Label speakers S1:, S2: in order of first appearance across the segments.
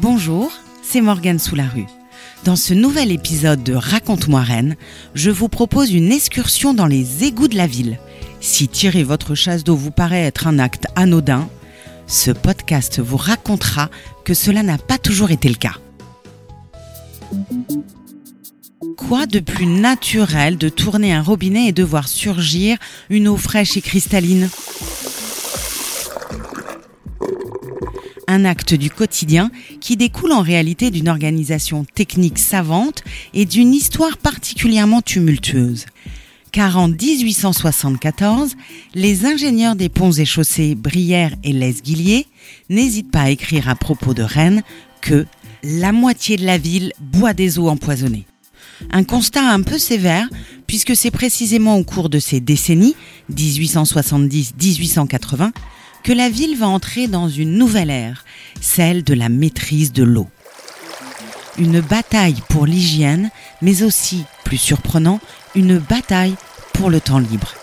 S1: Bonjour, c'est Morgane Sous-la-Rue. Dans ce nouvel épisode de Raconte-moi Rennes, je vous propose une excursion dans les égouts de la ville. Si tirer votre chasse d'eau vous paraît être un acte anodin, ce podcast vous racontera que cela n'a pas toujours été le cas. Quoi de plus naturel de tourner un robinet et de voir surgir une eau fraîche et cristalline ? Un acte du quotidien qui découle en réalité d'une organisation technique savante et d'une histoire particulièrement tumultueuse. Car en 1874, les ingénieurs des ponts et chaussées Brière et Lesguillier n'hésitent pas à écrire à propos de Rennes que « la moitié de la ville boit des eaux empoisonnées ». Un constat un peu sévère puisque c'est précisément au cours de ces décennies, 1870-1880, que la ville va entrer dans une nouvelle ère, celle de la maîtrise de l'eau. Une bataille pour l'hygiène, mais aussi, plus surprenant, une bataille pour le temps libre.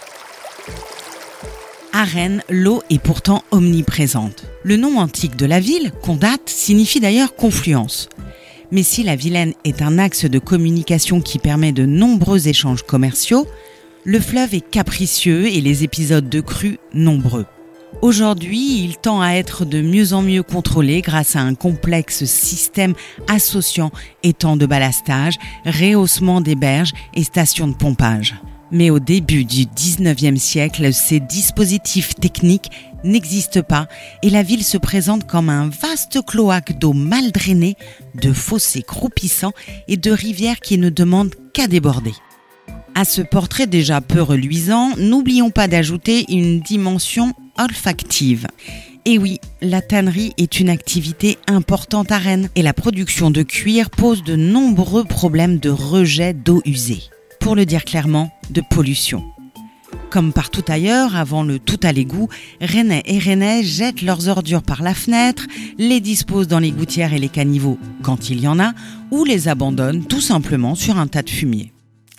S1: À Rennes, l'eau est pourtant omniprésente. Le nom antique de la ville, Condate, signifie d'ailleurs confluence. Mais si la Vilaine est un axe de communication qui permet de nombreux échanges commerciaux, le fleuve est capricieux et les épisodes de crue nombreux. Aujourd'hui, il tend à être de mieux en mieux contrôlé grâce à un complexe système associant étangs de ballastage, rehaussement des berges et stations de pompage. Mais au début du 19e siècle, ces dispositifs techniques n'existent pas et la ville se présente comme un vaste cloaque d'eau mal drainée, de fossés croupissants et de rivières qui ne demandent qu'à déborder. À ce portrait déjà peu reluisant, n'oublions pas d'ajouter une dimension olfactive. Et oui, la tannerie est une activité importante à Rennes et la production de cuir pose de nombreux problèmes de rejet d'eau usée. Pour le dire clairement, de pollution. Comme partout ailleurs, avant le tout à l'égout, Rennais et Rennaises jettent leurs ordures par la fenêtre, les disposent dans les gouttières et les caniveaux quand il y en a, ou les abandonnent tout simplement sur un tas de fumier.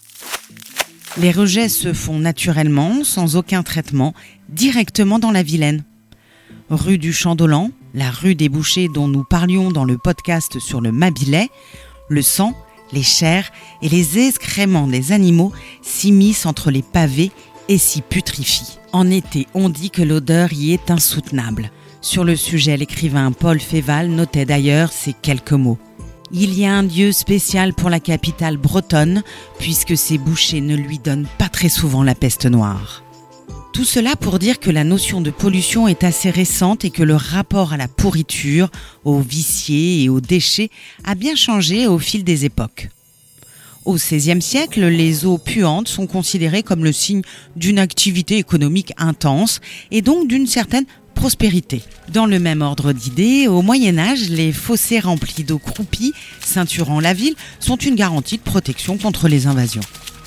S1: Les rejets se font naturellement, sans aucun traitement, directement dans la Vilaine. Rue du Champ-d'Olan, la rue des Bouchers dont nous parlions dans le podcast sur le Mâbillet, le sang, les chairs et les excréments des animaux s'immiscent entre les pavés et s'y putrifient. En été, on dit que l'odeur y est insoutenable. Sur le sujet, l'écrivain Paul Féval notait d'ailleurs ces quelques mots. Il y a un dieu spécial pour la capitale bretonne, puisque ses bouchers ne lui donnent pas très souvent la peste noire. Tout cela pour dire que la notion de pollution est assez récente et que le rapport à la pourriture, aux viciés et aux déchets a bien changé au fil des époques. Au XVIe siècle, les eaux puantes sont considérées comme le signe d'une activité économique intense et donc d'une certaine prospérité. Dans le même ordre d'idées, au Moyen-Âge, les fossés remplis d'eau croupie, ceinturant la ville, sont une garantie de protection contre les invasions.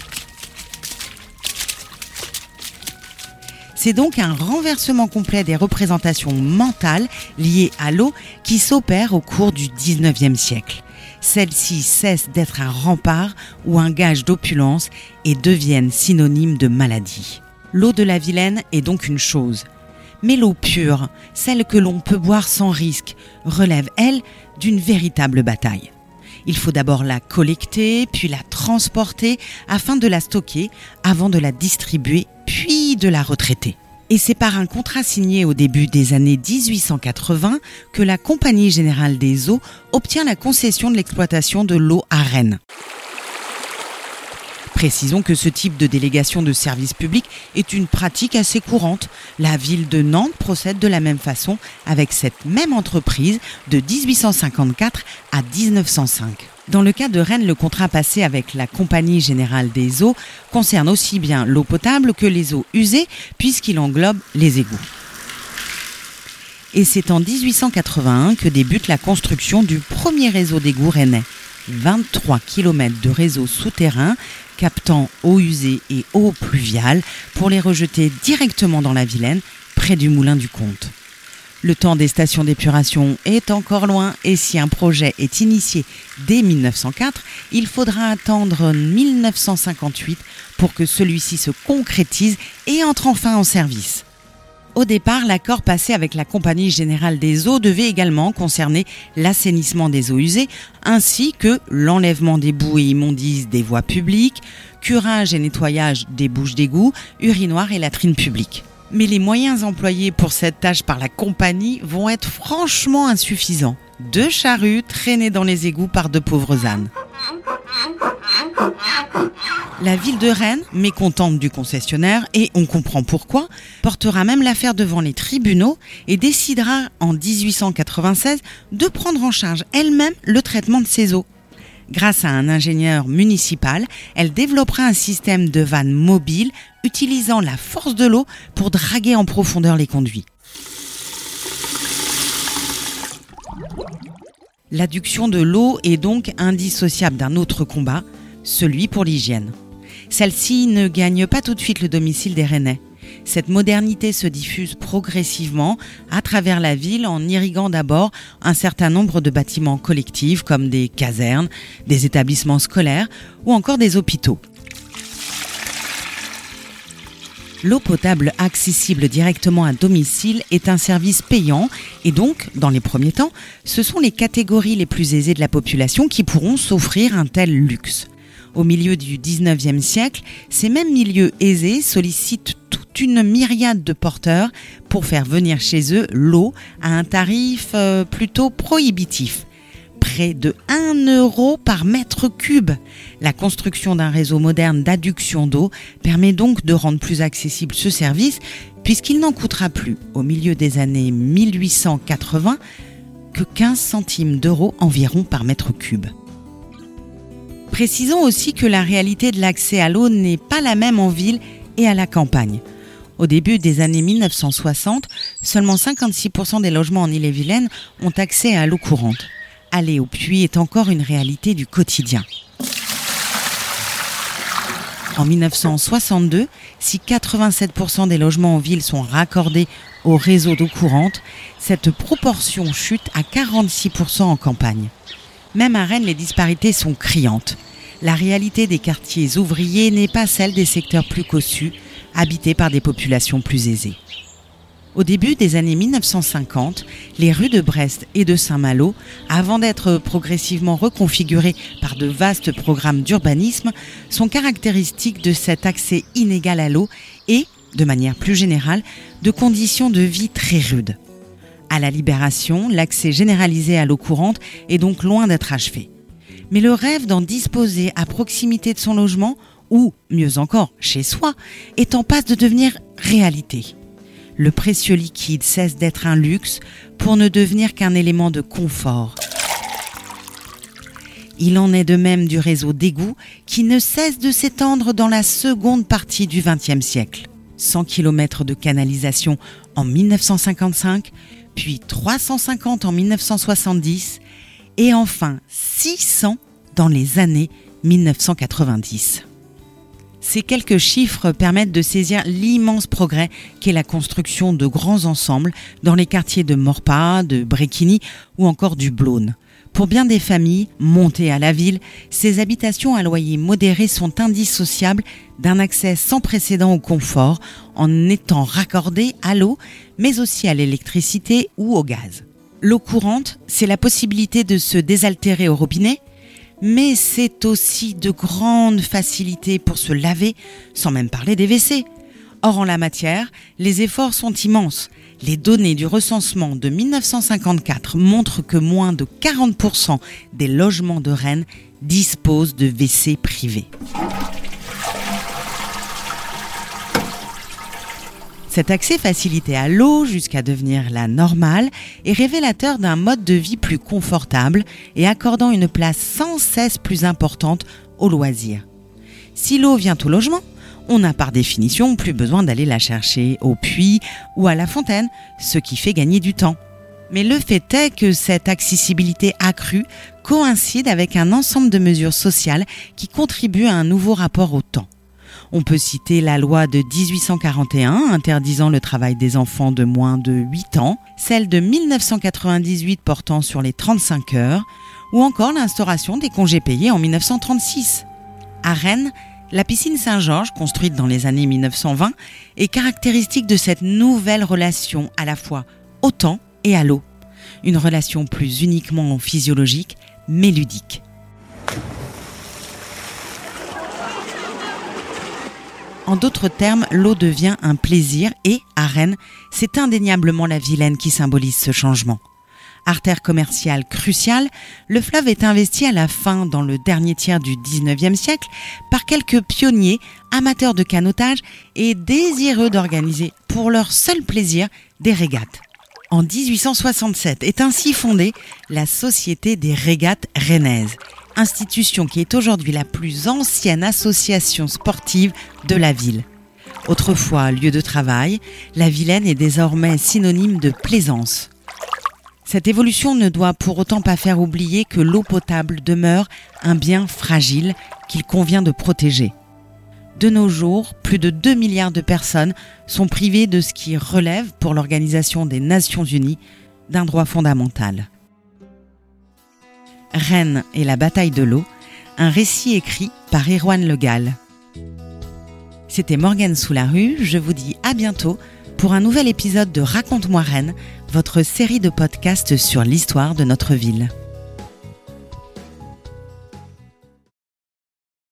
S1: C'est donc un renversement complet des représentations mentales liées à l'eau qui s'opère au cours du XIXe siècle. Celles-ci cessent d'être un rempart ou un gage d'opulence et deviennent synonymes de maladie. L'eau de la Vilaine est donc une chose. Mais l'eau pure, celle que l'on peut boire sans risque, relève, elle, d'une véritable bataille. Il faut d'abord la collecter, puis la transporter afin de la stocker, avant de la distribuer, puis de la retraiter. Et c'est par un contrat signé au début des années 1880 que la Compagnie Générale des Eaux obtient la concession de l'exploitation de l'eau à Rennes. Précisons que ce type de délégation de service public est une pratique assez courante. La ville de Nantes procède de la même façon avec cette même entreprise de 1854 à 1905. Dans le cas de Rennes, le contrat passé avec la Compagnie Générale des Eaux concerne aussi bien l'eau potable que les eaux usées puisqu'il englobe les égouts. Et c'est en 1881 que débute la construction du premier réseau d'égouts rennais. 23 km de réseau souterrain captant eau usée et eau pluviale pour les rejeter directement dans la Vilaine, près du moulin du Comte. Le temps des stations d'épuration est encore loin et si un projet est initié dès 1904, il faudra attendre 1958 pour que celui-ci se concrétise et entre enfin en service. Au départ, l'accord passé avec la Compagnie Générale des Eaux devait également concerner l'assainissement des eaux usées, ainsi que l'enlèvement des boues et immondices des voies publiques, curage et nettoyage des bouches d'égout, urinoirs et latrines publiques. Mais les moyens employés pour cette tâche par la compagnie vont être franchement insuffisants. 2 charrues traînées dans les égouts par de pauvres ânes. La ville de Rennes, mécontente du concessionnaire, et on comprend pourquoi, portera même l'affaire devant les tribunaux et décidera en 1896 de prendre en charge elle-même le traitement de ces eaux. Grâce à un ingénieur municipal, elle développera un système de vannes mobiles utilisant la force de l'eau pour draguer en profondeur les conduits. L'adduction de l'eau est donc indissociable d'un autre combat, celui pour l'hygiène. Celle-ci ne gagne pas tout de suite le domicile des Rennais. Cette modernité se diffuse progressivement à travers la ville en irriguant d'abord un certain nombre de bâtiments collectifs comme des casernes, des établissements scolaires ou encore des hôpitaux. L'eau potable accessible directement à domicile est un service payant et donc, dans les premiers temps, ce sont les catégories les plus aisées de la population qui pourront s'offrir un tel luxe. Au milieu du 19e siècle, ces mêmes milieux aisés sollicitent toute une myriade de porteurs pour faire venir chez eux l'eau à un tarif plutôt prohibitif. Près de 1 euro par mètre cube. La construction d'un réseau moderne d'adduction d'eau permet donc de rendre plus accessible ce service puisqu'il n'en coûtera plus, au milieu des années 1880, que 15 centimes d'euros environ par mètre cube. Précisons aussi que la réalité de l'accès à l'eau n'est pas la même en ville et à la campagne. Au début des années 1960, seulement 56% des logements en Ille-et-Vilaine ont accès à l'eau courante. Aller au puits est encore une réalité du quotidien. En 1962, si 87% des logements en ville sont raccordés au réseau d'eau courante, cette proportion chute à 46% en campagne. Même à Rennes, les disparités sont criantes. La réalité des quartiers ouvriers n'est pas celle des secteurs plus cossus, habités par des populations plus aisées. Au début des années 1950, les rues de Brest et de Saint-Malo, avant d'être progressivement reconfigurées par de vastes programmes d'urbanisme, sont caractéristiques de cet accès inégal à l'eau et, de manière plus générale, de conditions de vie très rudes. À la Libération, l'accès généralisé à l'eau courante est donc loin d'être achevé. Mais le rêve d'en disposer à proximité de son logement, ou, mieux encore, chez soi, est en passe de devenir réalité. Le précieux liquide cesse d'être un luxe pour ne devenir qu'un élément de confort. Il en est de même du réseau d'égouts qui ne cesse de s'étendre dans la seconde partie du XXe siècle. 100 km de canalisation en 1955, puis 350 en 1970 et enfin 600 dans les années 1990. Ces quelques chiffres permettent de saisir l'immense progrès qu'est la construction de grands ensembles dans les quartiers de Maurepas, de Bréquigny ou encore du Blône. Pour bien des familles montées à la ville, ces habitations à loyer modéré sont indissociables d'un accès sans précédent au confort en étant raccordées à l'eau, mais aussi à l'électricité ou au gaz. L'eau courante, c'est la possibilité de se désaltérer au robinet, mais c'est aussi de grandes facilités pour se laver, sans même parler des WC. Or, en la matière, les efforts sont immenses. Les données du recensement de 1954 montrent que moins de 40% des logements de Rennes disposent de WC privés. Cet accès facilité à l'eau jusqu'à devenir la normale est révélateur d'un mode de vie plus confortable et accordant une place sans cesse plus importante aux loisirs. Si l'eau vient au logement, on n'a par définition plus besoin d'aller la chercher au puits ou à la fontaine, ce qui fait gagner du temps. Mais le fait est que cette accessibilité accrue coïncide avec un ensemble de mesures sociales qui contribuent à un nouveau rapport au temps. On peut citer la loi de 1841 interdisant le travail des enfants de moins de 8 ans, celle de 1998 portant sur les 35 heures, ou encore l'instauration des congés payés en 1936. À Rennes, La piscine Saint-Georges, construite dans les années 1920, est caractéristique de cette nouvelle relation à la fois au temps et à l'eau. Une relation plus uniquement physiologique, mais ludique. En d'autres termes, l'eau devient un plaisir et, à Rennes, c'est indéniablement la Vilaine qui symbolise ce changement. Artère commerciale cruciale, le fleuve est investi à la fin, dans le dernier tiers du XIXe siècle, par quelques pionniers, amateurs de canotage et désireux d'organiser, pour leur seul plaisir, des régates. En 1867 est ainsi fondée la Société des régates rennaises, institution qui est aujourd'hui la plus ancienne association sportive de la ville. Autrefois lieu de travail, la Vilaine est désormais synonyme de plaisance. Cette évolution ne doit pour autant pas faire oublier que l'eau potable demeure un bien fragile qu'il convient de protéger. De nos jours, plus de 2 milliards de personnes sont privées de ce qui relève, pour l'Organisation des Nations Unies, d'un droit fondamental. Rennes et la bataille de l'eau, un récit écrit par Erwan Le Gall. C'était Morgane Soularue, je vous dis à bientôt pour un nouvel épisode de Raconte-moi Rennes, votre série de podcasts sur l'histoire de notre ville.